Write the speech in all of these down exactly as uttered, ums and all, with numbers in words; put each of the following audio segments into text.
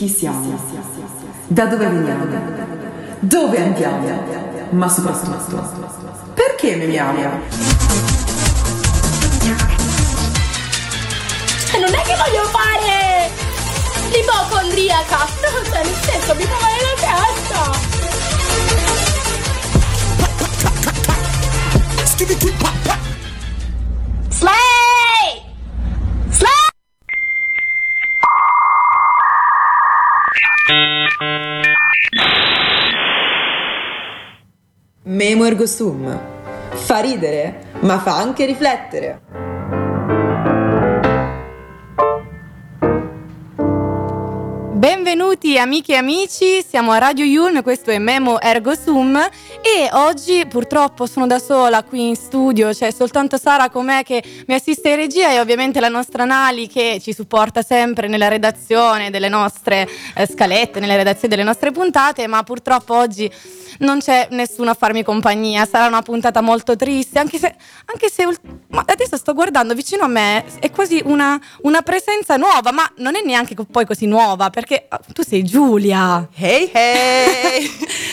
Chi siamo? Da dove veniamo? Dove andiamo? Ma soprattutto, perché memiamo? Non è che voglio fare l'ipocondriaca, no, cioè nel senso mi fa male la testa. Slay! Slay! Memo ergo sum. Fa ridere, ma fa anche riflettere. Benvenuti amiche e amici, siamo a Radio Yulm, questo è Memo Ergo Sum e oggi purtroppo sono da sola qui in studio, c'è soltanto Sara con me che mi assiste in regia e ovviamente la nostra Nali che ci supporta sempre nella redazione delle nostre eh, scalette, nelle redazioni delle nostre puntate, ma purtroppo oggi non c'è nessuno a farmi compagnia, sarà una puntata molto triste, anche se, anche se ma adesso sto guardando vicino a me, è quasi una, una presenza nuova, ma non è neanche poi così nuova, perché tu sei Giulia. Hey hey!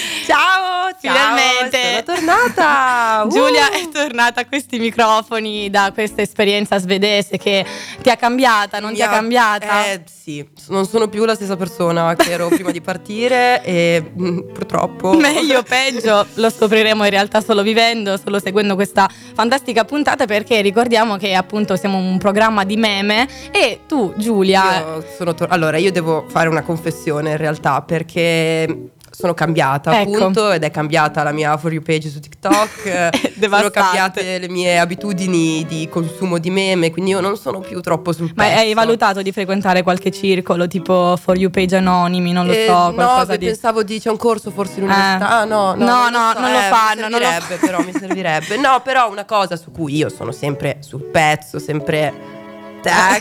Ciao, finalmente sono tornata! Giulia uh. è tornata a questi microfoni da questa esperienza svedese che ti ha cambiata, non Mi ti ha cambiata? Eh sì, non sono più la stessa persona che ero prima di partire e mh, purtroppo... Meglio, peggio, lo scopriremo in realtà solo vivendo, solo seguendo questa fantastica puntata, perché ricordiamo che appunto siamo un programma di meme e tu, Giulia... Io sono tor- allora, io devo fare una confessione in realtà, perché... sono cambiata, ecco. appunto, ed è cambiata la mia For You page su TikTok, sono cambiate le mie abitudini di consumo di meme, quindi io non sono più troppo sul pezzo. Ma hai valutato di frequentare qualche circolo, tipo For You page anonimi, non lo eh, so, qualcosa no, di... pensavo di c'è un corso forse in università, eh. ah, no, no, no, non no, lo, so. non lo eh, fanno, mi non lo servirebbe, però mi servirebbe. No, però una cosa su cui io sono sempre sul pezzo, sempre... tac,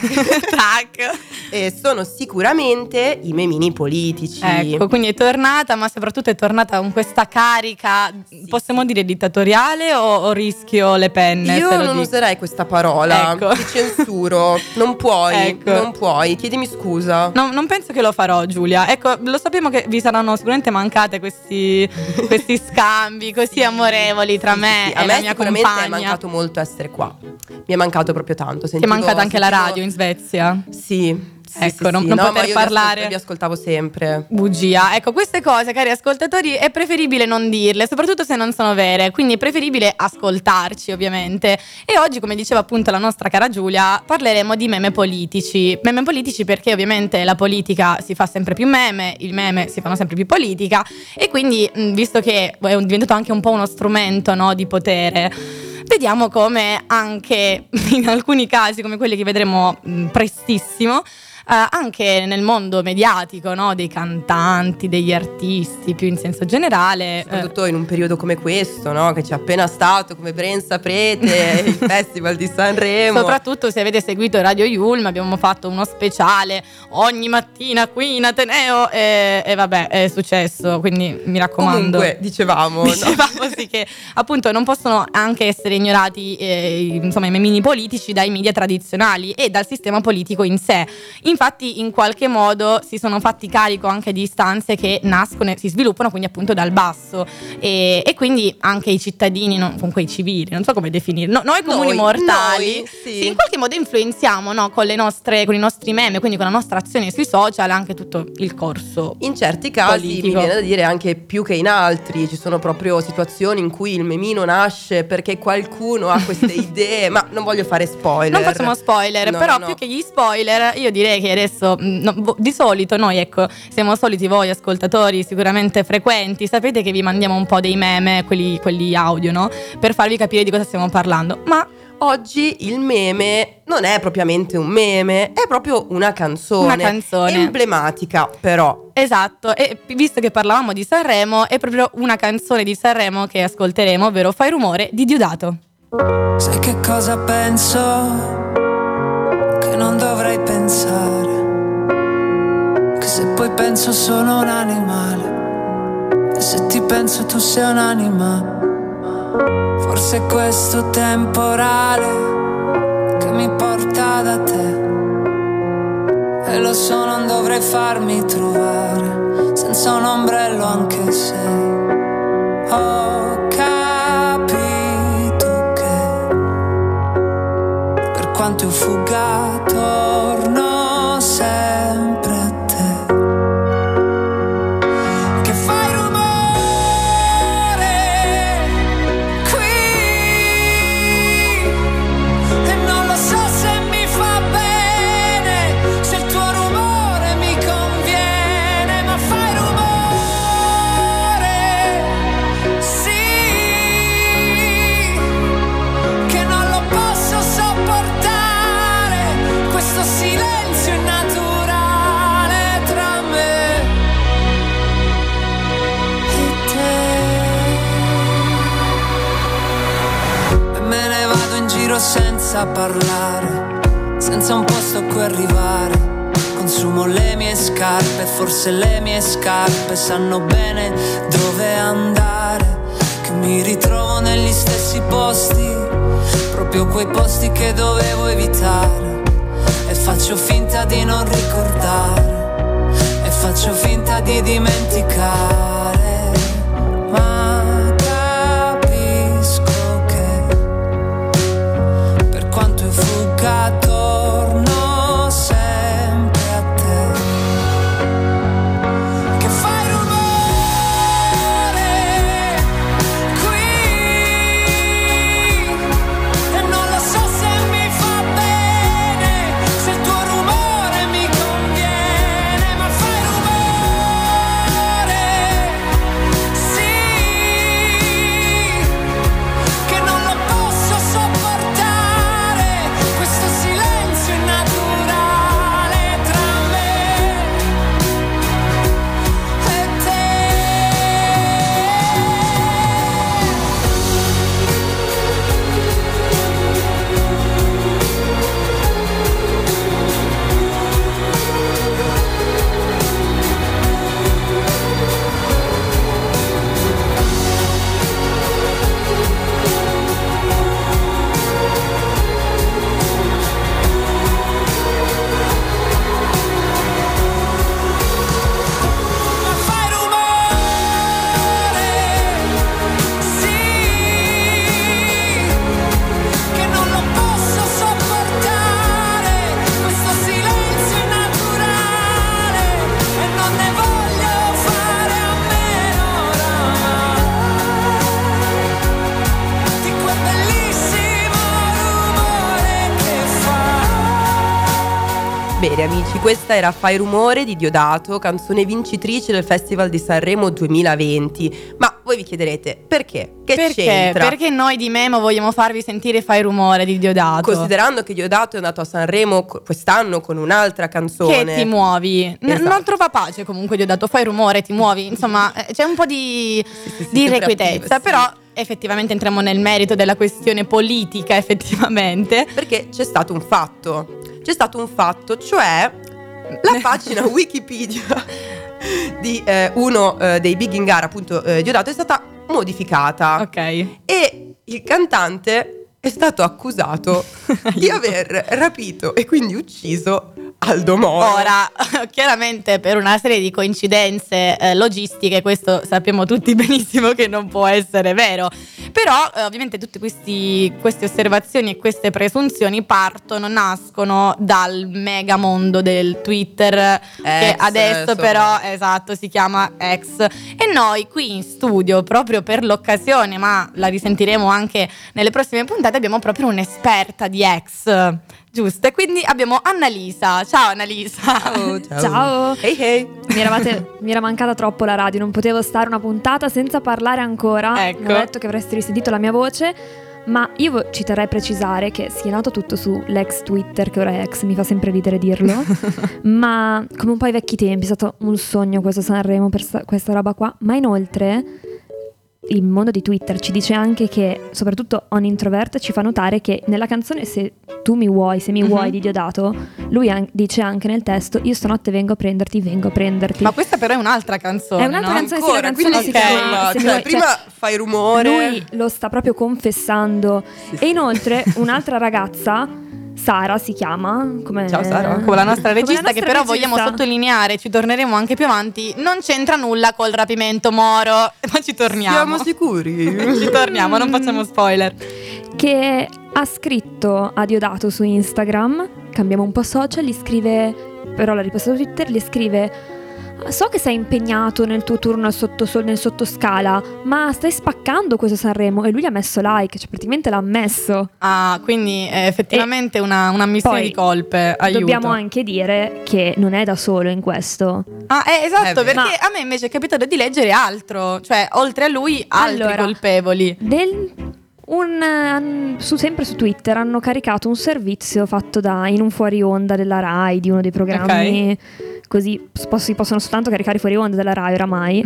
tac. E sono sicuramente i memini politici. Ecco, quindi è tornata, ma soprattutto è tornata con questa carica, sì, possiamo dire dittatoriale o, o rischio le penne? Io non dico. userei questa parola, ecco. Ti censuro, non puoi, ecco. non puoi, chiedimi scusa. No, non penso che lo farò, Giulia. Ecco, lo sappiamo che vi saranno sicuramente mancate questi, questi scambi così sì. amorevoli tra sì, me sì, e a me la mia sicuramente compagna. è mancato molto essere qua. Mi è mancato proprio tanto. Sentivo, Ti è mancata anche sentivo... la radio in Svezia? Sì. Sì, ecco, sì, non, sì. non no, poter ma io parlare. Vi, vi ascoltavo sempre. Bugia. Ecco, queste cose, cari ascoltatori, è preferibile non dirle, soprattutto se non sono vere. Quindi è preferibile ascoltarci, ovviamente. E oggi, come diceva appunto la nostra cara Giulia, parleremo di meme politici. Meme politici perché ovviamente la politica si fa sempre più meme, il meme si fanno sempre più politica. E quindi, visto che è diventato anche un po' uno strumento, no, di potere, vediamo come anche in alcuni casi, come quelli che vedremo mh, prestissimo, Uh, anche nel mondo mediatico, no? Dei cantanti, degli artisti, più in senso generale. Soprattutto eh. in un periodo come questo, no? Che c'è appena stato come Ben Saprete, il Festival di Sanremo. Soprattutto se avete seguito Radio Yulm, abbiamo fatto uno speciale ogni mattina qui in Ateneo e, e vabbè, è successo, quindi mi raccomando. Comunque, dicevamo, dicevamo no? sì che appunto non possono anche essere ignorati eh, insomma i memini politici dai media tradizionali e dal sistema politico in sé. Infatti in qualche modo si sono fatti carico anche di istanze che nascono e si sviluppano quindi appunto dal basso e, e quindi anche i cittadini, no, comunque i civili, non so come definirli, no, noi comuni noi, mortali noi, sì. sì, in qualche modo influenziamo, no, con le nostre, con i nostri meme, quindi con la nostra azione sui social anche tutto il corso in certi casi politico. Mi viene da dire anche più che in altri, ci sono proprio situazioni in cui il memino nasce perché qualcuno ha queste idee, ma non voglio fare spoiler, non facciamo spoiler, no, però no, no. più che gli spoiler io direi che adesso no, di solito noi ecco siamo soliti voi ascoltatori sicuramente frequenti, sapete che vi mandiamo un po' dei meme, quelli, quelli audio, no? Per farvi capire di cosa stiamo parlando, ma oggi il meme non è propriamente un meme, è proprio una canzone, una canzone emblematica però. Esatto, e visto che parlavamo di Sanremo è proprio una canzone di Sanremo che ascolteremo, ovvero Fai rumore di Diodato. Sai che cosa penso? Che non dovrei pensare, che se poi penso sono un animale e se ti penso tu sei un'anima. Forse questo temporale che mi porta da te E lo so, non dovrei farmi trovare senza un ombrello, anche se ho capito che per quanto io fugga torno sempre a te. Che fai rumore qui e non lo so se mi fa bene, se il tuo rumore mi conviene, ma fai rumore, sì, che non lo posso sopportare, questo silenzio innaturale tra me e te. E me ne vado in giro senza parlare, senza un posto a cui arrivare. Consumo le mie scarpe, forse le mie scarpe sanno bene dove andare. Che mi ritrovo negli stessi posti, proprio quei posti che dovevo evitare. E faccio finta di non ricordare, e faccio finta di dimenticare. Ma capisco che per quanto io fugga torno sempre a te. Che fai rumore qui e non lo so se mi fa bene, se il tuo rumore mi conviene, ma fai rumore, sì, che non lo posso sopportare, questo silenzio innaturale tra me e te. Ma fai rumore, sì, che non lo posso sopportare, questo silenzio innaturale, e non ne voglio fare a meno oramai, di quel bellissimo rumore che fa. Bene amici, questa era Fai rumore di Diodato, canzone vincitrice del Festival di Sanremo duemilaventi. Ma voi vi chiederete perché? Che Perché? c'entra? Perché noi di Memo vogliamo farvi sentire Fai rumore di Diodato. Considerando che Diodato è andato a Sanremo co- quest'anno con un'altra canzone. Che ti muovi. N- Esatto. Non trova pace comunque Diodato, fai rumore, ti muovi. Insomma, eh, c'è un po' di, sì, sì, di sempre irrequietezza, attive, sì. però effettivamente entriamo nel merito della questione politica, effettivamente. Perché c'è stato un fatto. C'è stato un fatto, cioè la pagina Wikipedia di eh, uno eh, dei big in gara, appunto eh, Diodato, è stata modificata. Ok. E il cantante è stato accusato di aver rapito e quindi ucciso Aldo Moro. Ora, chiaramente per una serie di coincidenze eh, logistiche, questo sappiamo tutti benissimo che non può essere vero. Però eh, ovviamente tutte questi, queste osservazioni e queste presunzioni partono, nascono dal mega mondo del Twitter, che Ex, adesso insomma. però esatto si chiama X. E noi qui in studio, proprio per l'occasione, ma la risentiremo anche nelle prossime puntate, abbiamo proprio un'esperta di X, giusto? E quindi abbiamo Annalisa. Ciao Annalisa. Ciao, ciao. Ciao. Hey hey. Mi, eravate, mi era mancata troppo la radio, non potevo stare una puntata senza parlare ancora. Ecco. Mi ho detto che avreste risentito la mia voce, ma io vo- ci terrei a precisare che si è nato tutto su l'ex Twitter, che ora è ex, mi fa sempre ridere dirlo, ma come un po' ai vecchi tempi, è stato un sogno questo Sanremo per sta- questa roba qua, ma inoltre il mondo di Twitter ci dice anche che, soprattutto On Introvert ci fa notare che nella canzone Se tu mi vuoi, se mi Mhm. vuoi di Diodato, lui an- dice anche nel testo io stanotte vengo a prenderti, vengo a prenderti. Ma questa però è un'altra canzone. È un'altra no? canzone, sì, Ancora, la canzone quindi si ok, chiama no, Se mi cioè, vuoi- prima fai rumore. lui lo sta proprio confessando. E inoltre un'altra ragazza Sara si chiama, come Ciao Sara. Come la nostra come la regista, nostra che però regista. vogliamo sottolineare, ci torneremo anche più avanti, non c'entra nulla col rapimento Moro, ma ci torniamo. Siamo sicuri? Ci torniamo, non facciamo spoiler. che ha scritto a Diodato su Instagram, cambiamo un po' social, gli scrive, però l'ha ripostato su Twitter, gli scrive: so che sei impegnato nel tuo turno al sottosol- nel sottoscala, ma stai spaccando questo Sanremo. E lui gli ha messo like, cioè praticamente l'ha ammesso. Ah, quindi è effettivamente una, una missione poi di colpe. Aiuto. Dobbiamo anche dire che non è da solo in questo. Ah, eh, esatto, Eh, perché ma- a me invece è capitato di leggere altro, cioè oltre a lui altri Allora, colpevoli. Del, un, eh, su, sempre su Twitter hanno caricato un servizio fatto da in un fuori onda della Rai, di uno dei programmi così pos- si possono soltanto caricare fuori onda della Rai oramai.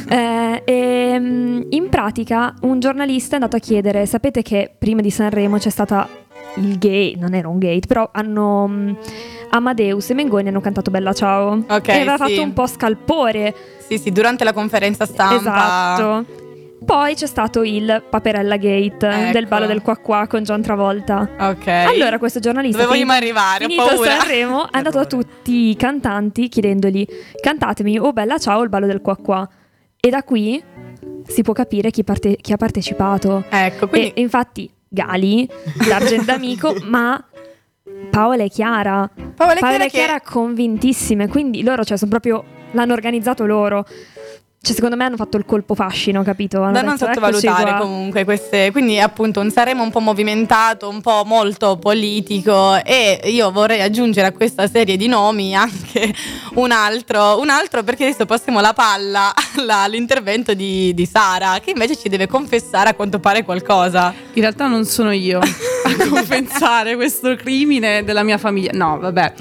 eh, e mm, in pratica un giornalista è andato a chiedere: sapete che prima di Sanremo c'è stata il gate, non era un gate, però hanno mm, Amadeus e Mengoni hanno cantato Bella Ciao, Ok, e aveva sì. fatto un po' scalpore. Sì, sì, durante la conferenza stampa. Esatto. Poi c'è stato il Paperella Gate, Ecco. del ballo del qua qua con John Travolta. Ok. Allora questo giornalista, Dove vogliamo finito- arrivare? Ho finito paura. Sanremo, è andato a tutti i cantanti chiedendogli: cantatemi o Bella Ciao o il ballo del qua qua. E da qui si può capire chi, parte- chi ha partecipato. Ecco, quindi E infatti Gali, l'Argentamico, ma Paola e Chiara. Paola e Paola Chiara e Chiara convintissime, quindi loro, cioè, sono proprio, l'hanno organizzato loro. Cioè, secondo me hanno fatto il colpo fascino, capito? Hanno da non detto, sottovalutare "Eccoci qua". comunque queste, quindi appunto un Sanremo un po' movimentato, un po' molto politico, e io vorrei aggiungere a questa serie di nomi anche un altro, un altro perché adesso passiamo la palla alla- all'intervento di, di Sara, che invece ci deve confessare a quanto pare qualcosa. In realtà non sono io a confessare questo crimine della mia famiglia. No, vabbè.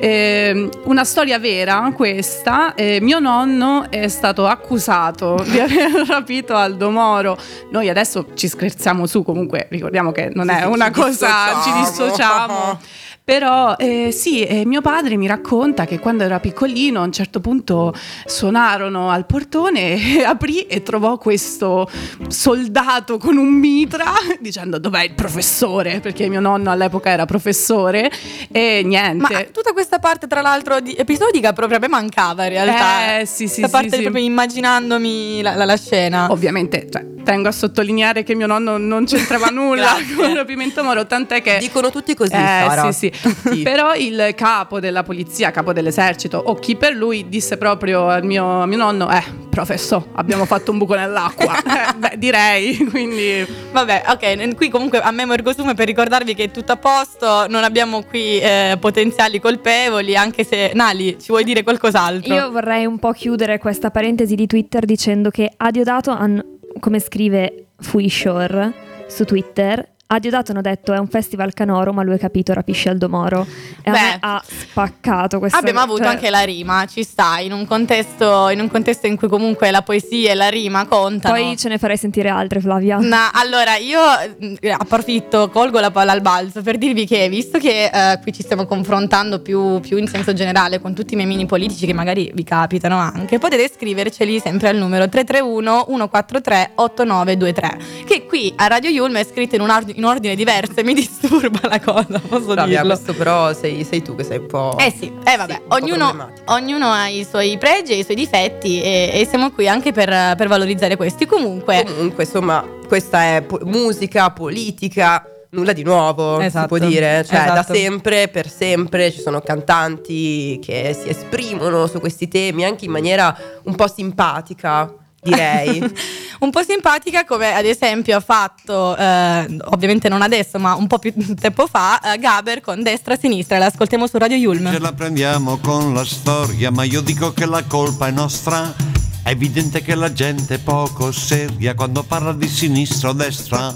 Ehm, una storia vera questa. Eh, mio nonno è stato accusato di aver rapito Aldo Moro. Noi adesso ci scherziamo su, comunque ricordiamo che non Sì, è sì, una ci cosa, ci dissociamo. dissociamo. Però eh, sì, eh, mio padre mi racconta che quando era piccolino a un certo punto suonarono al portone e aprì e trovò questo soldato con un mitra dicendo: dov'è il professore? Perché mio nonno all'epoca era professore e niente. Ma tutta questa parte, tra l'altro, di episodica proprio a me mancava in realtà. Eh, sì, sì, Questa sì, parte sì. proprio immaginandomi la, la- la scena. Ovviamente, cioè, tengo a sottolineare che mio nonno non c'entrava nulla Grazie. con il rapimento Moro, tant'è che Dicono tutti così, Eh, Sara. sì, sì. Tutti. Però il capo della polizia, capo dell'esercito o chi per lui disse proprio al mio, a mio nonno: eh, professor, abbiamo fatto un buco nell'acqua. Eh, beh, direi, quindi Vabbè, ok, qui comunque a memo ergo sum per ricordarvi che è tutto a posto, non abbiamo qui eh, potenziali colpevoli, anche se Nali, ci vuoi dire qualcos'altro? Io vorrei un po' chiudere questa parentesi di Twitter dicendo che a Diodato hanno, come scrive Fuishore su Twitter, a Diodato hanno detto: è un festival canoro, ma lui ha capito, rapisce Aldo Moro. E a Beh, me ha spaccato questa. Abbiamo avuto cioè, anche la rima, ci sta, in un contesto in un contesto in cui comunque la poesia e la rima contano. Poi ce ne farei sentire altre, Flavia. No, allora io eh, approfitto, colgo la palla al balzo per dirvi che, visto che eh, qui ci stiamo confrontando più, più in senso generale con tutti i memini politici che magari vi capitano anche, potete scriverceli sempre al numero tre tre uno uno quattro tre otto nove due tre, che qui a Radio Yulm è scritto in un, ordine, in ordine diverso e mi disturba la cosa, posso Flavia, dirlo. questo però sei, sei tu che sei un po'. Eh sì, eh vabbè, sì, un po' ognuno, problematico. ognuno ha i suoi pregi e i suoi difetti e, e siamo qui anche per, per valorizzare questi. Comunque, Comunque, insomma, questa è po- musica, politica, nulla di nuovo, Esatto, si può dire. Cioè, da esatto. sempre, per sempre, ci sono cantanti che si esprimono su questi temi anche in maniera un po' simpatica, direi. un po' simpatica, come ad esempio ha fatto, eh, ovviamente non adesso, ma un po' più tempo fa, eh, Gaber con Destra-Sinistra. L'ascoltiamo su Radio Yulm. Ce la prendiamo con la storia, ma io dico che la colpa è nostra. È evidente che la gente è poco seria quando parla di sinistra o destra.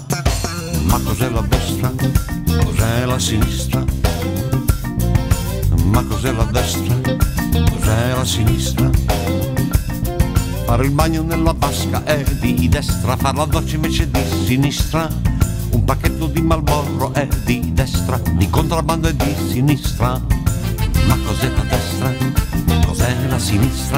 Ma cos'è la destra? Cos'è la sinistra? Ma cos'è la destra? Cos'è la sinistra? Fare il bagno nella vasca è di destra, far la doccia invece di sinistra. Un pacchetto di Marlboro è di destra, di contrabbando è di sinistra. Ma cos'è la destra? Cos'è la sinistra?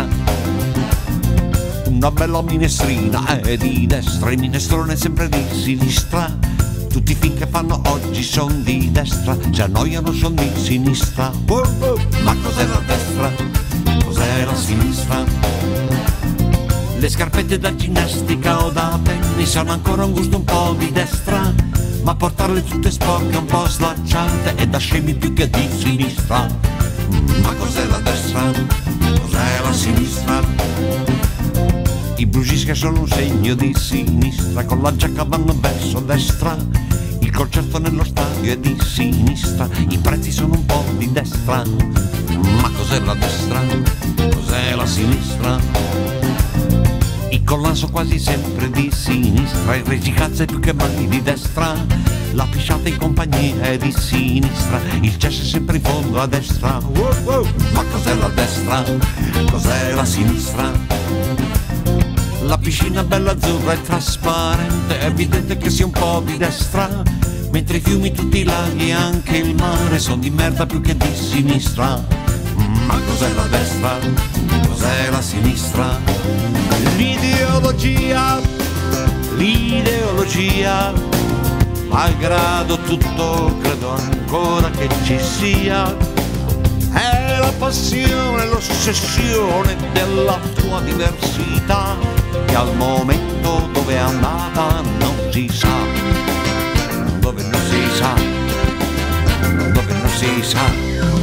Una bella minestrina è di destra, il minestrone è sempre di sinistra. tutti i film che fanno oggi son di destra, si annoiano son di sinistra. Oh, oh. Ma cos'è la destra? Cos'è la sinistra? Le scarpette da ginnastica o da tennis hanno ancora un gusto un po' di destra, ma portarle tutte sporche, un po' slacciate, è da scemi più che di sinistra. Ma cos'è la destra? Cos'è la sinistra? I blues che sono un segno di sinistra, con la giacca vanno verso destra, il concerto nello stadio è di sinistra, i prezzi sono un po' di destra. Ma cos'è la destra? Cos'è la sinistra? Il collanso quasi sempre di sinistra, il regicazzo è più che mai di destra, la pisciata in compagnia è di sinistra, il cesso è sempre in fondo a destra. Wow, wow. Ma cos'è la destra? Cos'è la sinistra? La piscina bella azzurra e trasparente, è evidente che sia un po' di destra, mentre i fiumi, tutti i laghi e anche il mare sono di merda più che di sinistra. Ma cos'è la destra? Cos'è la sinistra? L'ideologia, l'ideologia, malgrado tutto credo ancora che ci sia, è la passione, l'ossessione della tua diversità, che al momento dove è andata non si sa, dove non si sa, dove non si sa.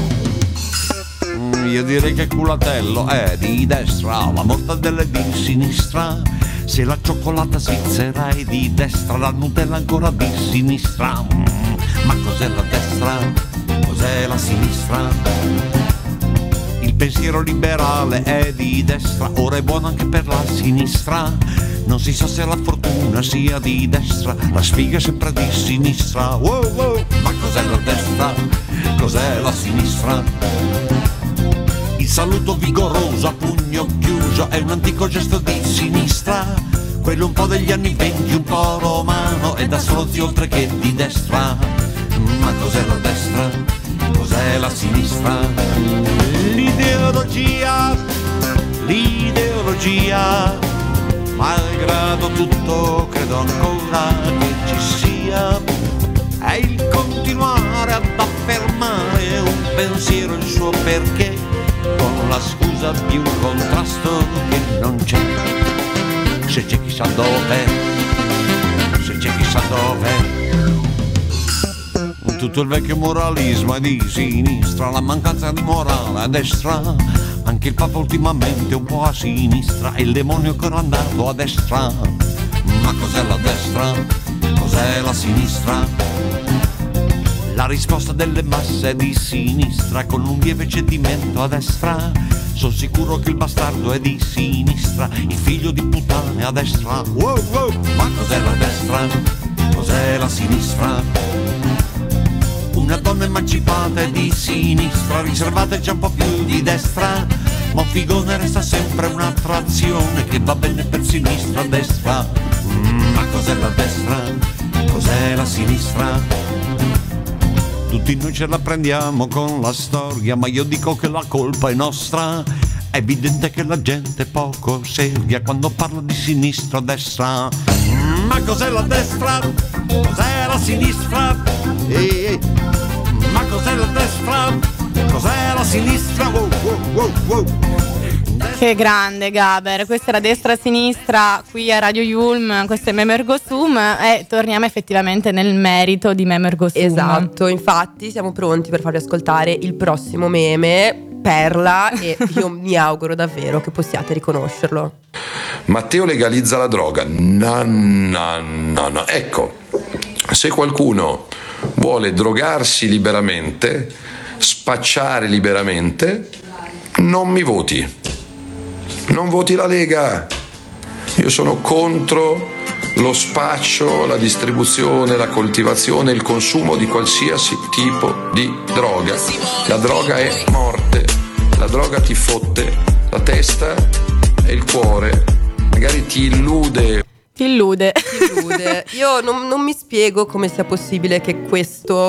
Io direi che il culatello è di destra, la mortadella è di sinistra, se la cioccolata svizzera è di destra, la Nutella ancora di sinistra. Ma cos'è la destra? Cos'è la sinistra? Il pensiero liberale è di destra, ora è buono anche per la sinistra, non si sa se la fortuna sia di destra, la sfiga è sempre di sinistra. Wow, wow. Ma cos'è la destra? Cos'è la sinistra? Il saluto vigoroso a pugno chiuso è un antico gesto di sinistra, quello un po' degli anni venti, un po' romano, è da stronzi oltre che di destra. Ma cos'è la destra? Cos'è la sinistra? L'ideologia, l'ideologia, malgrado tutto credo ancora che ci sia, è il continuare ad affermare un pensiero, il suo perché, con la scusa di un contrasto che non c'è. Se c'è chissà dove, se c'è chissà dove. Tutto il vecchio moralismo è di sinistra, la mancanza di morale a destra, anche il Papa ultimamente è un po' a sinistra, e il demonio ancora andato a destra. Ma cos'è la destra? Cos'è la sinistra? La risposta delle masse è di sinistra, con un lieve cedimento a destra. Sono sicuro che il bastardo è di sinistra, il figlio di puttane a destra. Wow, wow. Ma cos'è la destra? Cos'è la sinistra? Una donna emancipata è di sinistra, riservata è già un po' più di destra, ma un figone resta sempre un'attrazione che va bene per sinistra a destra. Mm, ma cos'è la destra? Cos'è la sinistra? Tutti noi ce la prendiamo con la storia, ma io dico che la colpa è nostra. È evidente che la gente è poco seria quando parla di sinistra o destra. Ma cos'è la destra? Cos'è la sinistra? Ehi, ma cos'è la destra? Cos'è la sinistra? Wow, wow, wow, wow. Che grande Gaber, questa è la destra e sinistra qui a Radio Yulm, questo è Meme Ergo Sum, e torniamo effettivamente nel merito di Meme Ergo Sum. Esatto, infatti siamo pronti per farvi ascoltare il prossimo meme, perla, e io mi auguro davvero che possiate riconoscerlo. Matteo legalizza la droga. No, no, no, no. Ecco, se qualcuno vuole drogarsi liberamente, spacciare liberamente, non mi voti. Non voti la Lega. Io sono contro lo spaccio, la distribuzione, la coltivazione, il consumo di qualsiasi tipo di droga. La droga è morte, la droga ti fotte la testa e il cuore, magari ti illude. Ti illude. Ti illude. Io non, non mi spiego come sia possibile che questo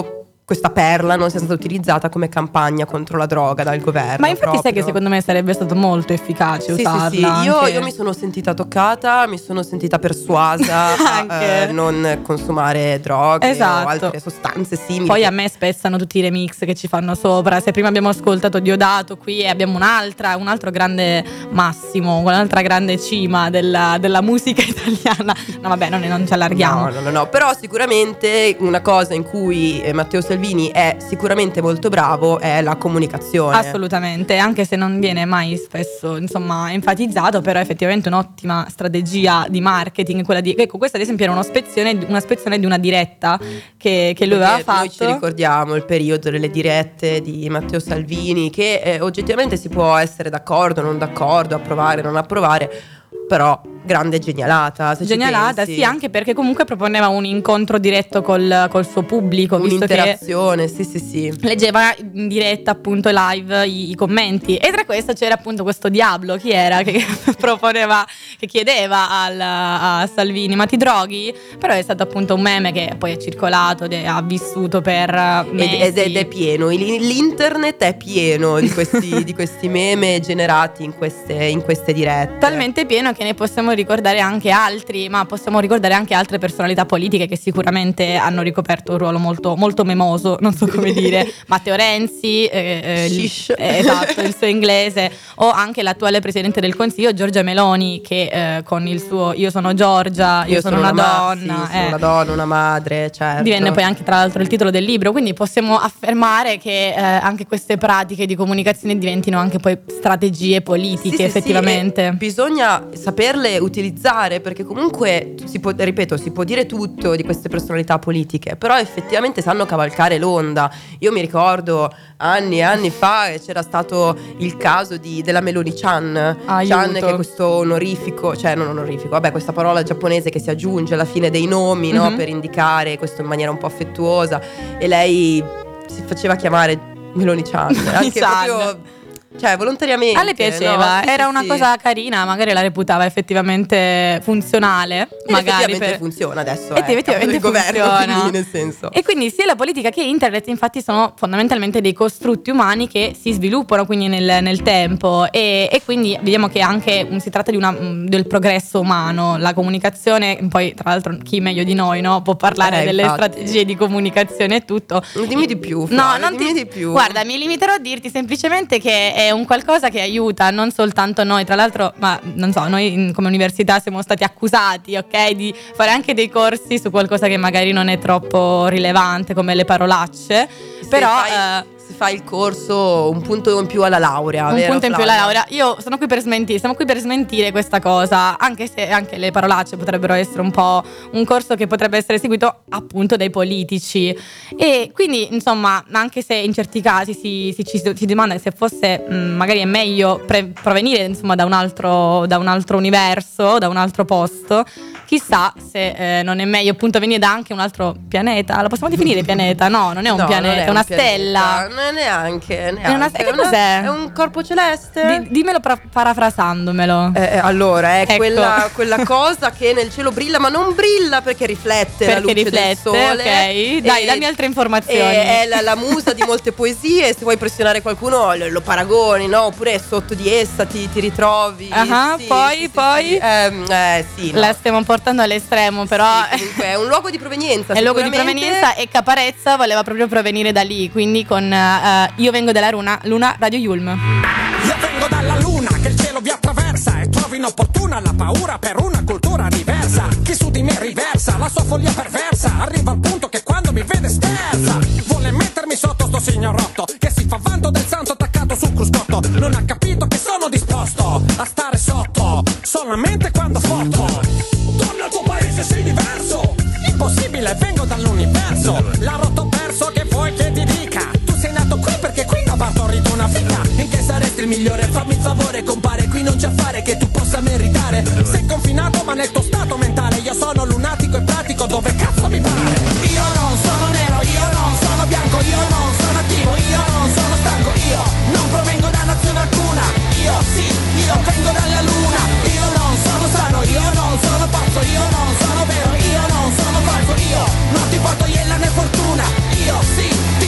questa perla non sia stata utilizzata come campagna contro la droga dal governo. Ma infatti proprio. sai che secondo me sarebbe stato molto efficace Sì, usarla. sì, sì. Io, anche. io mi sono sentita toccata, mi sono sentita persuasa Anche. a eh, non consumare droghe Esatto. o altre sostanze simili. Poi a me spezzano tutti i remix che ci fanno sopra. Se prima abbiamo ascoltato Diodato, qui abbiamo un'altra, un altro grande massimo, un'altra grande cima della, della musica italiana. No vabbè, non, non ci allarghiamo. No, no, no, no. Però sicuramente una cosa in cui eh, Matteo Salvini è sicuramente molto bravo è la comunicazione. Assolutamente, anche se non viene mai spesso insomma enfatizzato, però è effettivamente un'ottima strategia di marketing quella di, ecco, questa ad esempio era una spezione, una spezione di una diretta che, che lui aveva Perché fatto. Noi ci ricordiamo il periodo delle dirette di Matteo Salvini, che eh, oggettivamente si può essere d'accordo, non d'accordo, approvare, non approvare, però grande genialata. Se Genialata, ci pensi. sì, anche perché comunque proponeva un incontro diretto col, col suo pubblico, visto che Un'interazione, sì sì sì. leggeva in diretta appunto live i, i commenti, e tra questo c'era appunto questo Diablo, chi era, che proponeva, che chiedeva al, a Salvini ma ti droghi? Però è stato appunto un meme che poi è circolato, de- ha vissuto per mesi. Ed, ed è pieno, il- l'internet è pieno di questi, di questi meme generati in queste, in queste dirette. Talmente pieno che ne possiamo ricordare anche altri, ma possiamo ricordare anche altre personalità politiche che sicuramente hanno ricoperto un ruolo molto, molto memoso, non so come dire. Matteo Renzi, eh, eh, il- Shish. eh, esatto, il suo inglese, o anche l'attuale presidente del Consiglio Giorgia Meloni, che eh, con il suo Io sono Giorgia, io, Io sono, una, ma- donna, sì, sono eh, una donna, una madre, certo. divenne poi anche tra l'altro il titolo del libro, quindi possiamo affermare che eh, anche queste pratiche di comunicazione diventino anche poi strategie politiche. Sì, sì, effettivamente sì, e bisogna saperle utilizzare, perché comunque si può, ripeto, si può dire tutto di queste personalità politiche, però effettivamente sanno cavalcare l'onda. Io mi ricordo anni e anni fa che c'era stato il caso di, della Meloni Chan, Aiuto. Chan, che è questo onorifico, cioè non onorifico, vabbè, questa parola giapponese che si aggiunge alla fine dei nomi, no, Mhm. per indicare questo in maniera un po' affettuosa, e lei si faceva chiamare Meloni Chan, anche Chan. proprio, cioè volontariamente. a lei piaceva, no? Sì, era sì, una sì. cosa carina, magari la reputava effettivamente funzionale, E magari effettivamente per- funziona adesso, E eh, effettivamente capo del governo, funziona. quindi nel senso. E quindi sia la politica che internet infatti sono fondamentalmente dei costrutti umani che si sviluppano quindi nel, nel tempo, e, e quindi vediamo che anche um, si tratta di una, um, del progresso umano, la comunicazione. Poi tra l'altro chi meglio di noi, no, può parlare Eh, delle infatti. strategie di comunicazione e tutto. Dimmi di più, No, Flavia, non dimmi ti, di più. Guarda, mi limiterò a dirti semplicemente che è un qualcosa che aiuta non soltanto noi, tra l'altro, ma non so, noi in- come università siamo stati accusati, ok, di fare anche dei corsi su qualcosa che magari non è troppo rilevante, come le parolacce, Se però fai, eh, se fai il corso un punto in più alla laurea, un vero, punto in più alla Flavia? laurea. Io sono qui per smentire, siamo qui per smentire questa cosa, anche se anche le parolacce potrebbero essere un po' un corso che potrebbe essere seguito appunto dai politici. E quindi insomma, anche se in certi casi si, si, ci si domanda se fosse mh, magari è meglio pre- provenire insomma da un altro da un altro universo, da un altro posto, chissà se eh, non è meglio appunto venire da anche un altro pianeta. Lo possiamo definire pianeta? No, non è un No, pianeta, non è una un pianeta, stella. non è neanche, neanche. È una- e che cos'è? È un corpo celeste? Di- dimmelo pra- parafrasandomelo. Eh, eh, allora, è Ecco. quella, quella cosa che nel cielo brilla, ma non brilla perché riflette la Perché luce riflette, del sole. ok. Dai, E- dammi altre informazioni. e È la, la musa di molte poesie. Se vuoi impressionare qualcuno lo, lo paragoni, no? Oppure sotto di essa ti, ti ritrovi. Ah, Sì, poi, sì, sì, poi? sì. Ehm, eh, sì, no. La stiamo portando all'estremo, però Sì, comunque è un luogo di provenienza. è luogo di sicuramente. provenienza, e Caparezza voleva proprio provenire da lì, quindi con eh, Io vengo dalla Luna, Luna Radio Yulm. Io vengo dalla luna che il cielo vi attraversa e trovo inopportuna la paura per una cultura diversa. Chi su di me riversa la sua follia perversa, arriva al punto che quando mi vede sterza. Vuole mettermi sotto sto signorotto che si fa vanto del santo attaccato sul cruscotto. Non ha capito che sono disposto a stare sotto solamente quando foto. Torna al tuo paese, sei diverso. Impossibile, vengo dall'universo. La rotto perso, che vuoi che ti dica? Tu sei nato qui perché qui ho partorito una figa. In che saresti il migliore? Fammi il favore, compare. Qui non c'è affare che tu possa meritare. Sei confinato ma nel tuo stato mentale. Io sono lunatico e pratico dove cazzo mi pare. Io non sono nero, io non sono bianco, io non sono attivo, io non sono stanco, io non provengo da nazione alcuna. Io sì, io vengo dalla luna. Io non sono sano, io non sono pazzo, io non sono vero, io non sono falso, io non ti porto iella né fortuna. Io sì, ti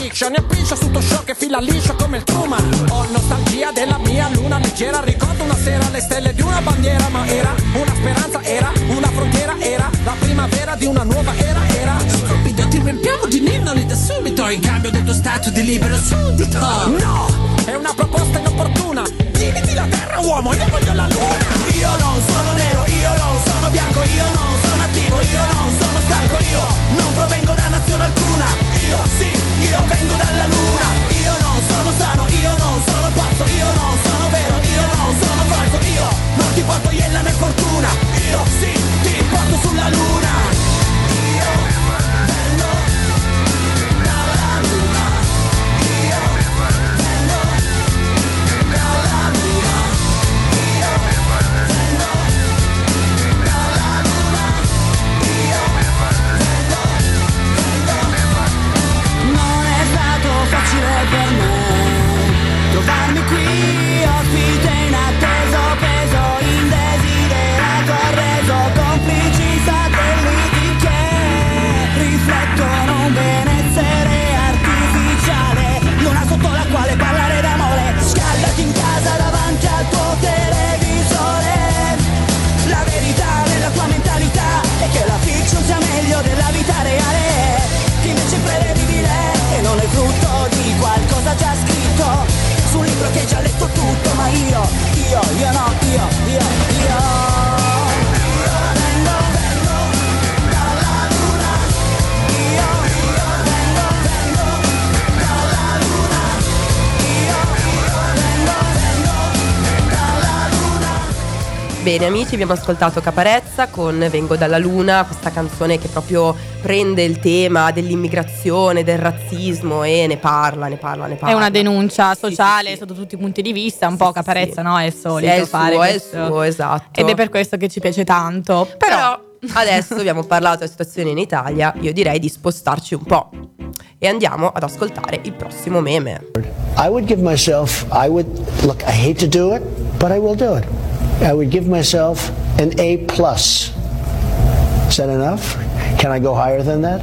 fiction e piscio su to show che fila liscio come il Truman. Ho nostalgia della mia luna leggera, ricordo una sera le stelle di una bandiera, ma era una speranza, era una frontiera, era la primavera di una nuova era, era stupido, ti riempiamo di ninnoli da subito in cambio del tuo stato di libero suddito. No, è una proposta inopportuna, dividi la terra uomo, io voglio la luna. Io non sono nero, io non sono bianco, io non sono attivo, io non sono stanco, io non provengo da nazione alcuna. Io sì, io vengo dalla luna. Io non sono sano, io non sono pazzo, io non sono vero, io non sono falso, io non ti porto iella né fortuna. Io sì, ti porto sulla luna. Io vengo dalla luna. Io vengo dalla luna. Io vengo dalla luna. Io vengo, vengo. Non è stato facile per me trovarmi qui, ospite inatteso, peso indesiderato, reso complici satelliti che riflettono un benessere artificiale, luna sotto la quale parlare d'amore, scaldati in casa davanti al tuo televisore. La verità nella tua mentalità è che la fiction sia meglio della vita reale, che invece è prevedibile e non è frutto di qualcosa già scritto su un libro che hai già letto tutto. Ma io, io, io no, io, io, io io vengo, vengo dalla luna. Io, io vengo, vengo dalla luna. Io, io vengo, vengo dalla luna. Bene amici, abbiamo ascoltato Caparezza con Vengo dalla Luna, questa canzone che proprio prende il tema dell'immigrazione, del razzismo e ne parla, ne parla, ne parla. È una denuncia sociale, sì, sì, sì. sotto tutti i punti di vista, un Sì, po' sì, Caparezza, sì. no? È il solito Sì, è il fare suo, è il questo. suo, esatto. Ed è per questo che ci piace tanto. Però, Però adesso abbiamo parlato della situazione in Italia, io direi di spostarci un po' e andiamo ad ascoltare il prossimo meme. I would give myself, I would, look, I hate to do it, but I will do it. I would give myself an A plus. Is that enough? Can I go higher than that?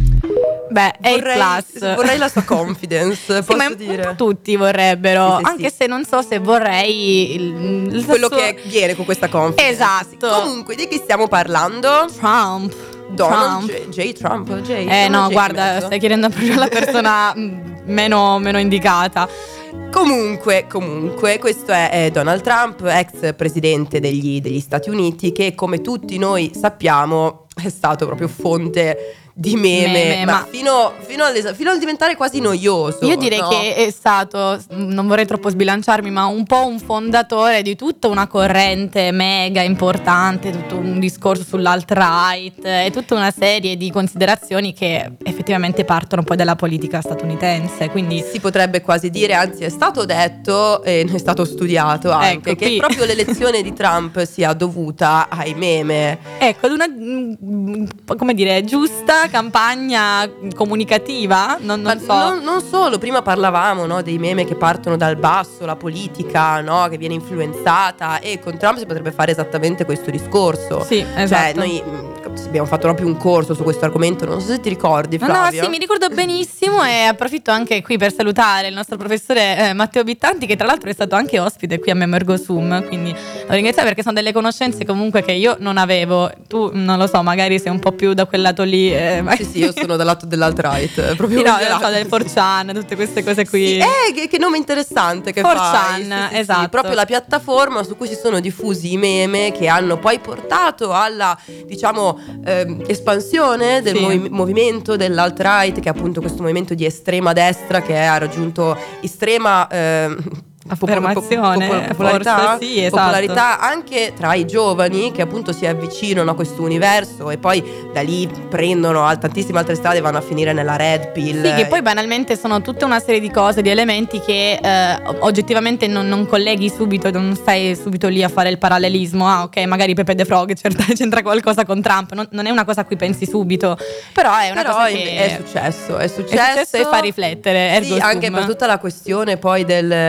beh, Vorrei, A plus. vorrei la sua confidence, Sì, posso ma un dire. po' tutti vorrebbero, Sì, sì, anche sì. se non so se vorrei il, il Quello suo- che viene con questa confidence. Esatto. Comunque, di chi stiamo parlando? Trump. Donald Trump. J. J. Trump. J. Eh Sono no, J in guarda, mezzo. stai chiedendo proprio la persona mm, meno, meno indicata. Comunque, comunque, questo è eh, Donald Trump, ex presidente degli, degli Stati Uniti, che come tutti noi sappiamo è stato proprio fonte di meme, Meme, ma, ma- fino, fino, all'es- fino al diventare quasi noioso. Io direi no? che è stato, non vorrei troppo sbilanciarmi, ma un po' un fondatore di tutta una corrente mega importante, tutto un discorso sull'alt-right e tutta una serie di considerazioni che effettivamente partono poi dalla politica statunitense. Quindi Si potrebbe quasi dire, anzi è stato detto e è stato studiato anche, Ecco, che qui- proprio l'elezione di Trump sia dovuta ai meme. ecco, ad una mm, come dire, giusta campagna comunicativa, non, non Ma so. non, non solo, prima parlavamo, no, dei meme che partono dal basso, la politica, no, che viene influenzata, e con Trump si potrebbe fare esattamente questo discorso. Sì, Cioè, esatto. noi mh, abbiamo fatto proprio un corso su questo argomento, non so se ti ricordi, No, no, Flavio. sì, mi ricordo benissimo e approfitto anche qui per salutare il nostro professore eh, Matteo Bittanti, che tra l'altro è stato anche ospite qui a Memergo Zoom, quindi lo ringrazio perché sono delle conoscenze comunque che io non avevo. Tu non lo so, magari sei un po' più da quel lato lì. Eh, ma- Sì, sì, io sono dal lato dell'alt-right, eh, proprio Sì, no, gelato. non so, del four chan, tutte queste cose qui. Sì, eh, che, che nome interessante che four fai. chan, Sì, sì, sì, esatto. proprio la piattaforma su cui si sono diffusi i meme che hanno poi portato alla, diciamo, ehm, espansione del Sì. movi- movimento dell'alt-right, che è appunto questo movimento di estrema destra che ha raggiunto estrema ehm, Affermazione, popol- popolarità, forse sì, esatto. popolarità anche tra i giovani che appunto si avvicinano a questo universo e poi da lì prendono al- tantissime altre strade e vanno a finire nella red pill. Sì, che poi banalmente sono tutta una serie di cose, di elementi che eh, oggettivamente non, non colleghi subito, non stai subito lì a fare il parallelismo. Ah, ok, magari Pepe The Frog c'entra, c'entra qualcosa con Trump, non, non è una cosa a cui pensi subito, però è una Però cosa è, che è successo, è successo, è successo e fa riflettere. Sì, ergo anche sum. per tutta la questione poi del- della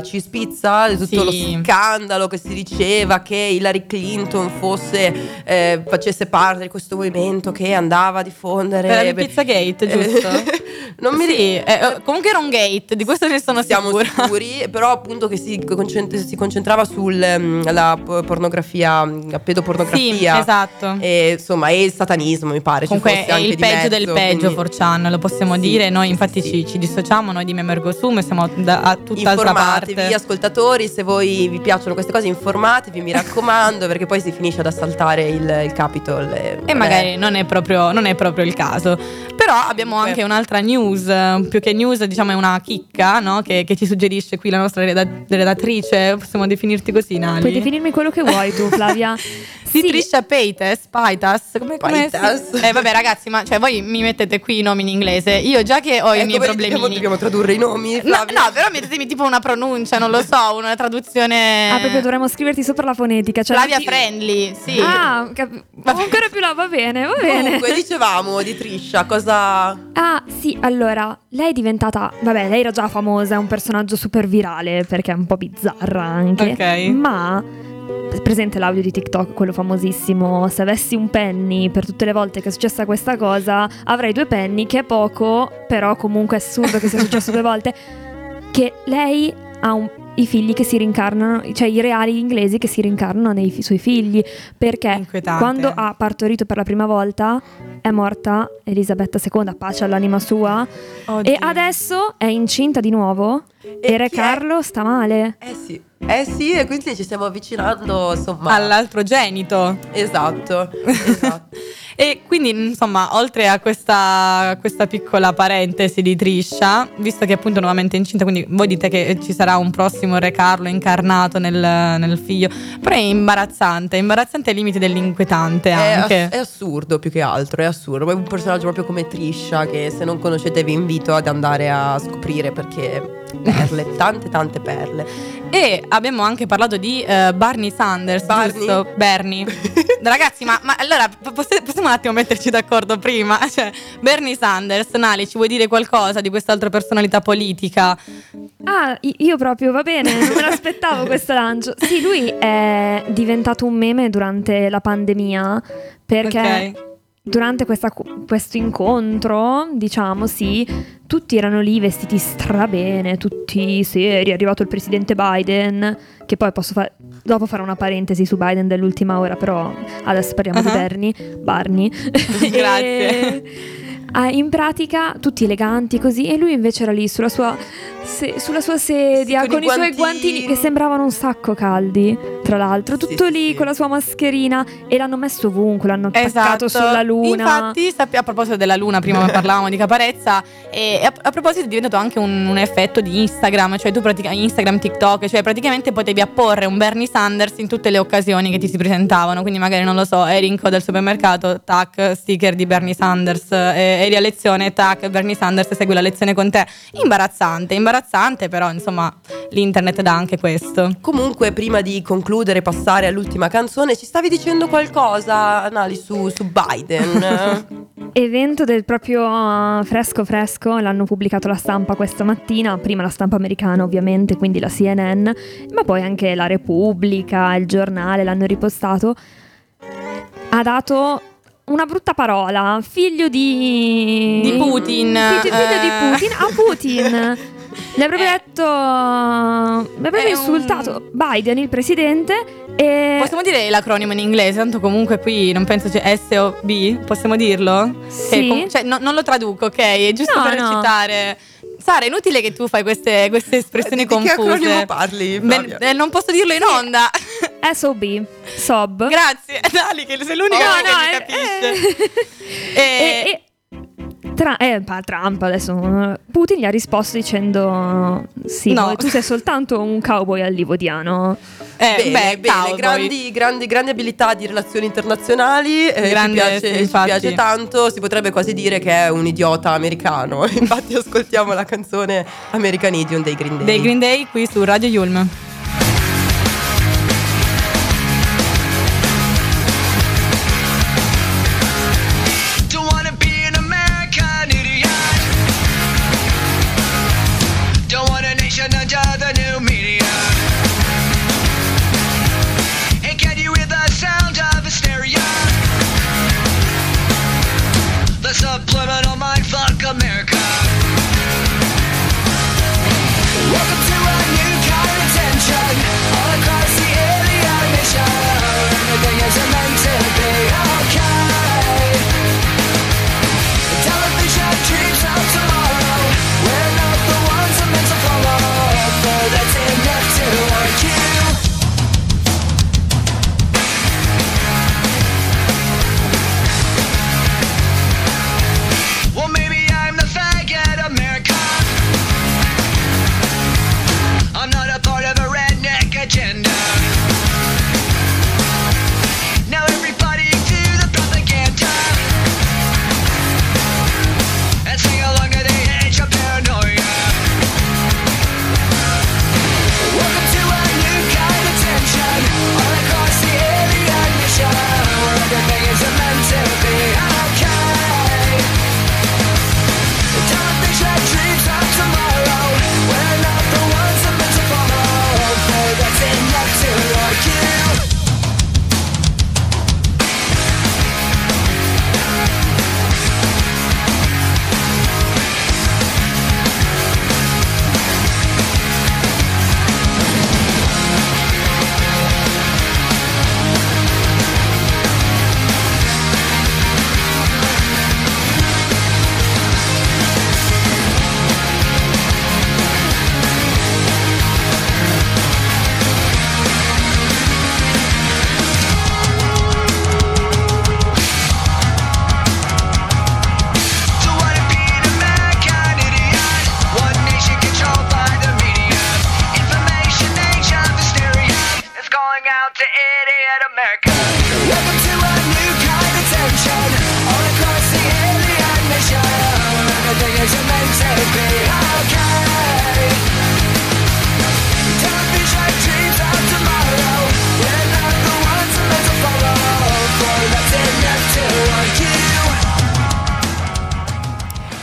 cheese pizza, di tutto Sì. lo scandalo che si diceva che Hillary Clinton fosse eh, facesse parte di questo movimento che andava a diffondere Era il Pizzagate, giusto? non mi Sì, ricordo. eh, comunque era un gate, di questo ne sono Siamo sicura. sicuri, però appunto che si, concent- si concentrava sulla pornografia, la pedopornografia. Sì, esatto. E insomma, e il satanismo, mi pare. ci Comunque fosse è anche il di peggio del mezzo, peggio, quindi- four chan, lo possiamo Sì, dire. Noi sì, infatti sì, ci, sì. ci dissociamo, noi di Meme Ergo Sum, siamo da, a tutt'altra Informatevi, parte. ascoltatori, se voi vi piacciono queste cose, informatevi, mi raccomando, perché poi si finisce ad assaltare il, il Capitol. E, E magari non è, proprio, non è proprio il caso. Però abbiamo anche un'altra news, eh, più che news diciamo è una chicca, no? che, che ci suggerisce qui la nostra redat- redattrice, possiamo definirti così, Nali? Puoi definirmi quello che vuoi tu, Flavia. Sì, Trisha Paytas, Paytas, come, come Paytas. si- Eh vabbè ragazzi, ma cioè voi mi mettete qui i nomi in inglese, io già che ho i Ecco, miei vedi, problemini. dobbiamo, dobbiamo tradurre i nomi, No, Flavia. no, però mettetemi tipo una pronuncia, non lo so, una traduzione. Ah, proprio dovremmo scriverti sopra la fonetica. Cioè Flavia metti- Friendly, sì. Ah, cap- ancora più là, va bene, va bene. Comunque, dicevamo di Trisha, cosa... Ah, sì, allora, lei è diventata, vabbè, lei era già famosa, è un personaggio super virale perché è un po' bizzarra anche. Ok. Ma presente l'audio di TikTok, quello famosissimo, se avessi un penny per tutte le volte che è successa questa cosa, avrei due penny, che è poco, però comunque è assurdo che sia successo due volte, che lei ha un i figli che si rincarnano, cioè i reali inglesi che si rincarnano nei fi- suoi figli, perché Inquietante. quando ha partorito per la prima volta è morta Elisabetta seconda, pace all'anima sua, Oddio. e adesso è incinta di nuovo e Re chi è? Carlo sta male. Eh sì, eh sì, e quindi ci stiamo avvicinando, insomma... All'altro genito. Esatto, esatto. E quindi insomma oltre a questa, questa piccola parentesi di Trisha, visto che è appunto nuovamente incinta, quindi voi dite che ci sarà un prossimo Re Carlo incarnato nel, nel figlio, però è imbarazzante, imbarazzante ai limiti dell'inquietante È, anche. ass- è assurdo più che altro, è assurdo. È un personaggio proprio come Trisha che se non conoscete vi invito ad andare a scoprire perché perle, tante tante perle. E abbiamo anche parlato di eh, Barney Sanders, Barney? giusto? Bernie. Ragazzi, ma, ma allora poss- possiamo un attimo metterci d'accordo prima? Cioè, Bernie Sanders, Nali, ci vuoi dire qualcosa di quest'altra personalità politica? Ah, i- io proprio, va bene, non me l'aspettavo questo lancio. Sì, lui è diventato un meme durante la pandemia perché Ok. durante questa- questo incontro, diciamo, sì, tutti erano lì vestiti strabene, tutti seri, è arrivato il presidente Biden, che poi posso fare... Dopo fare una parentesi su Biden dell'ultima ora, però adesso parliamo di Uh-huh. Bernie, Barney. Grazie. E- ah, in pratica tutti eleganti così, e lui invece era lì sulla sua, se- sulla sua sedia Sì, con con, i i suoi guantini. guantini che sembravano un sacco caldi, tra l'altro, Sì, tutto sì, lì sì. con la sua mascherina, e l'hanno messo ovunque, l'hanno attaccato Esatto. sulla luna. Infatti, sappi- a proposito della luna, prima parlavamo di caparezza, e a, a proposito è diventato anche un, un effetto di Instagram, cioè tu pratica- Instagram, TikTok, cioè praticamente potevi apporre un Bernie Sanders in tutte le occasioni che ti si presentavano, quindi magari non lo so, eri in coda al supermercato, tac, sticker di Bernie Sanders, eh, eri a lezione, tac, Bernie Sanders segue la lezione con te. Imbarazzante, imbarazzante, però insomma l'internet dà anche questo. Comunque, prima di concludere e passare all'ultima canzone, ci stavi dicendo qualcosa, Anali, su, su Biden? Evento del proprio uh, fresco fresco, l'hanno pubblicato la Stampa questa mattina, prima la Stampa americana ovviamente, quindi la C N N, ma poi anche la Repubblica, il Giornale l'hanno ripostato. Ha dato una brutta parola, figlio di... Di Putin. Figlio, figlio di Eh. Putin, a Putin. Le ha proprio Eh. detto, le ha proprio È un- insultato Biden, il presidente, e... Possiamo dire l'acronimo in inglese, tanto comunque qui non penso c'è S O B, possiamo dirlo? Sì. Che com- cioè, no- non lo traduco, ok? È giusto No, per no. citare. Sara, è inutile che tu fai queste, queste espressioni Di che confuse. acronimo parli, Flavia? Beh, eh, non posso dirlo in onda. S O B, S O B. Grazie, Dali, che sei l'unica No, che no, mi eh, capisce. eh. E- E, e Tra- eh, pa- Trump adesso Putin gli ha risposto dicendo sì, No. ma tu sei soltanto un cowboy allivodiano. eh, Bene, beh, bene, cowboy. grandi, grandi, grandi abilità di relazioni internazionali, eh, Grande, ci, piace, sì, ci infatti. piace tanto, si potrebbe quasi dire che è un idiota americano. Infatti ascoltiamo la canzone American Idiom dei Green Day. Dei Green Day qui su Radio Yulm. Don't wanna be an American idiot. Don't want a nation under the new media.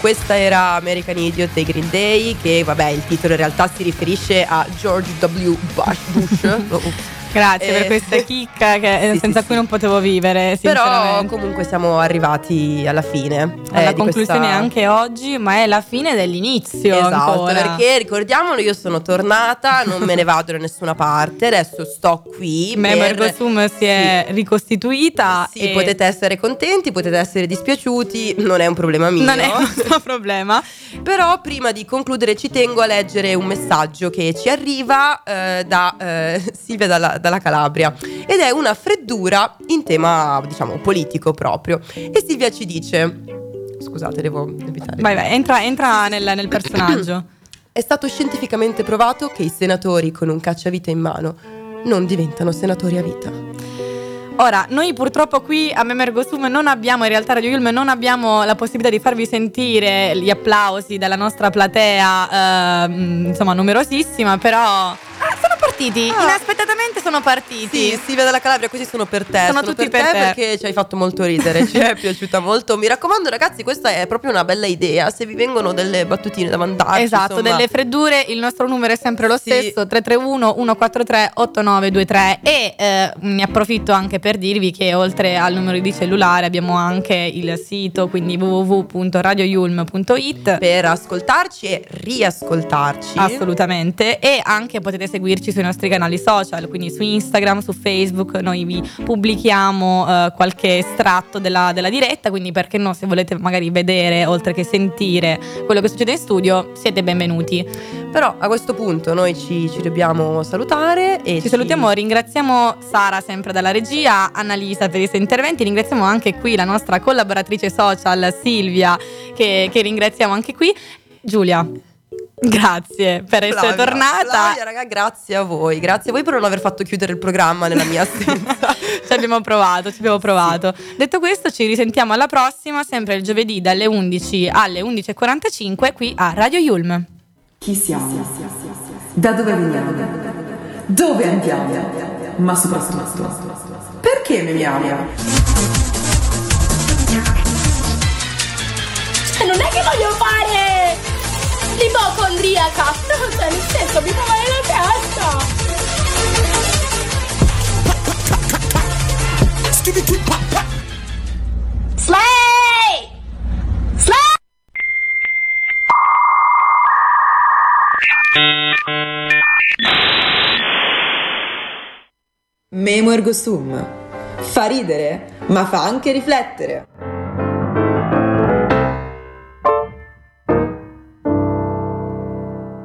questa era American Idiot dei Green Day, che vabbè, il titolo in realtà si riferisce a George W. Bush, Bush. Grazie Eh, per questa chicca che, sì, senza sì, cui sì. non potevo vivere, Però sinceramente. comunque siamo arrivati alla fine eh, alla di conclusione questa... anche oggi, ma è la fine dell'inizio. Esatto, ancora. perché ricordiamolo, io sono tornata, non me ne vado da nessuna parte, adesso sto qui. Memo per... Ergo Sum si è ricostituita. Sì, e potete essere contenti, potete essere dispiaciuti, non è un problema mio. non è il nostro problema. Però prima di concludere ci tengo a leggere un messaggio che ci arriva eh, da eh, Silvia dalla, dalla Calabria, ed è una freddura in tema, diciamo, politico proprio. E Silvia ci dice: scusate, devo evitare. Vai, vai, entra, entra nel, nel personaggio. È stato scientificamente provato che i senatori con un cacciavite in mano non diventano senatori a vita. Ora, noi purtroppo qui a Memo Ergo Sum non abbiamo, in realtà Radio Yulm non abbiamo la possibilità di farvi sentire gli applausi dalla nostra platea, eh, insomma numerosissima, però... Ah, sono partiti, Ah. inaspettatamente sono partiti. Sì, Silvia della Calabria, questi sono per te. Sono tutti per, per te, te. perché ci hai fatto molto ridere, ci è piaciuta molto. Mi raccomando, ragazzi, questa è proprio una bella idea. Se vi vengono delle battutine da mandarci, Esatto, insomma. delle freddure, il nostro numero è sempre lo Sì. stesso, tre tre uno uno quattro tre otto nove due tre, e eh, ne approfitto anche per dirvi che oltre al numero di cellulare abbiamo anche il sito, quindi w w w punto radio yulm punto i t per ascoltarci e riascoltarci. Assolutamente, e anche potete seguirci sui nostri canali social, quindi su Instagram, su Facebook, noi vi pubblichiamo eh, qualche estratto della, della diretta, quindi perché no, se volete magari vedere oltre che sentire quello che succede in studio, siete benvenuti. Però a questo punto noi ci, ci dobbiamo salutare e Ci salutiamo, ringraziamo Sara sempre dalla regia, Annalisa per i suoi interventi, ringraziamo anche qui la nostra collaboratrice social Silvia, che, che ringraziamo anche qui. Giulia, grazie per essere Flavia, tornata. Flavia, raga, grazie a voi. Grazie a voi per non aver fatto chiudere il programma nella mia assenza. Ci abbiamo provato, ci abbiamo provato. Sì. Detto questo, ci risentiamo alla prossima, sempre il giovedì dalle undici alle undici e quarantacinque qui a Radio Yulm. Chi siamo? Da dove veniamo? Dove andiamo? Ma soprattutto, perché memiamo? Cioè, non è che voglio fare l'ipocondriaca, no, cioè, nel senso, mi fa male la testa. Slay! Slay! Memo Ergo Sum. Fa ridere, ma fa anche riflettere.